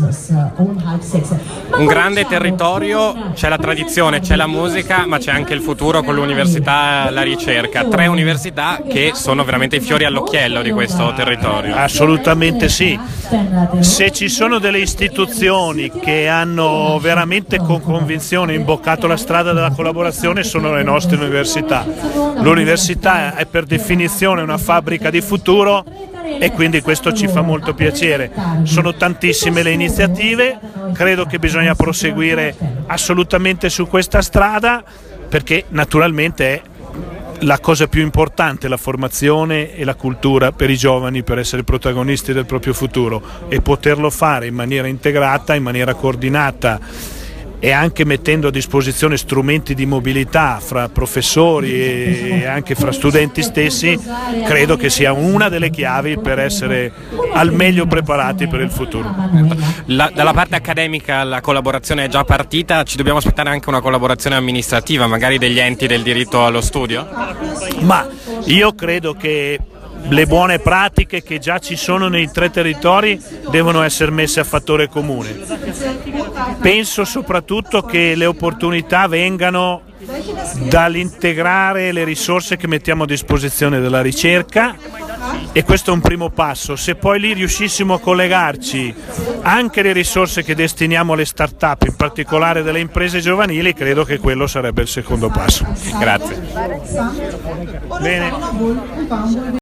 Un grande territorio, c'è la tradizione, c'è la musica, ma c'è anche il futuro con l'università e la ricerca. 3 università che sono veramente i fiori all'occhiello di questo territorio. Assolutamente sì. Se ci sono delle istituzioni che hanno veramente con convinzione imboccato la strada della collaborazione, sono le nostre università. L'università è per definizione una fabbrica di futuro e quindi questo ci fa molto piacere. Sono tantissime le iniziative, credo che bisogna proseguire assolutamente su questa strada, perché naturalmente è la cosa più importante, la formazione e la cultura per i giovani, per essere protagonisti del proprio futuro, e poterlo fare in maniera integrata, in maniera coordinata, e anche mettendo a disposizione strumenti di mobilità fra professori e anche fra studenti stessi, credo che sia una delle chiavi per essere al meglio preparati per il futuro. Dalla parte accademica la collaborazione è già partita, ci dobbiamo aspettare anche una collaborazione amministrativa, magari degli enti del diritto allo studio? Ma io credo che le buone pratiche che già ci sono nei 3 territori devono essere messe a fattore comune. Penso soprattutto che le opportunità vengano dall'integrare le risorse che mettiamo a disposizione della ricerca, e questo è un primo passo. Se poi lì riuscissimo a collegarci anche le risorse che destiniamo alle start-up, in particolare delle imprese giovanili, credo che quello sarebbe il secondo passo. Grazie. Bene.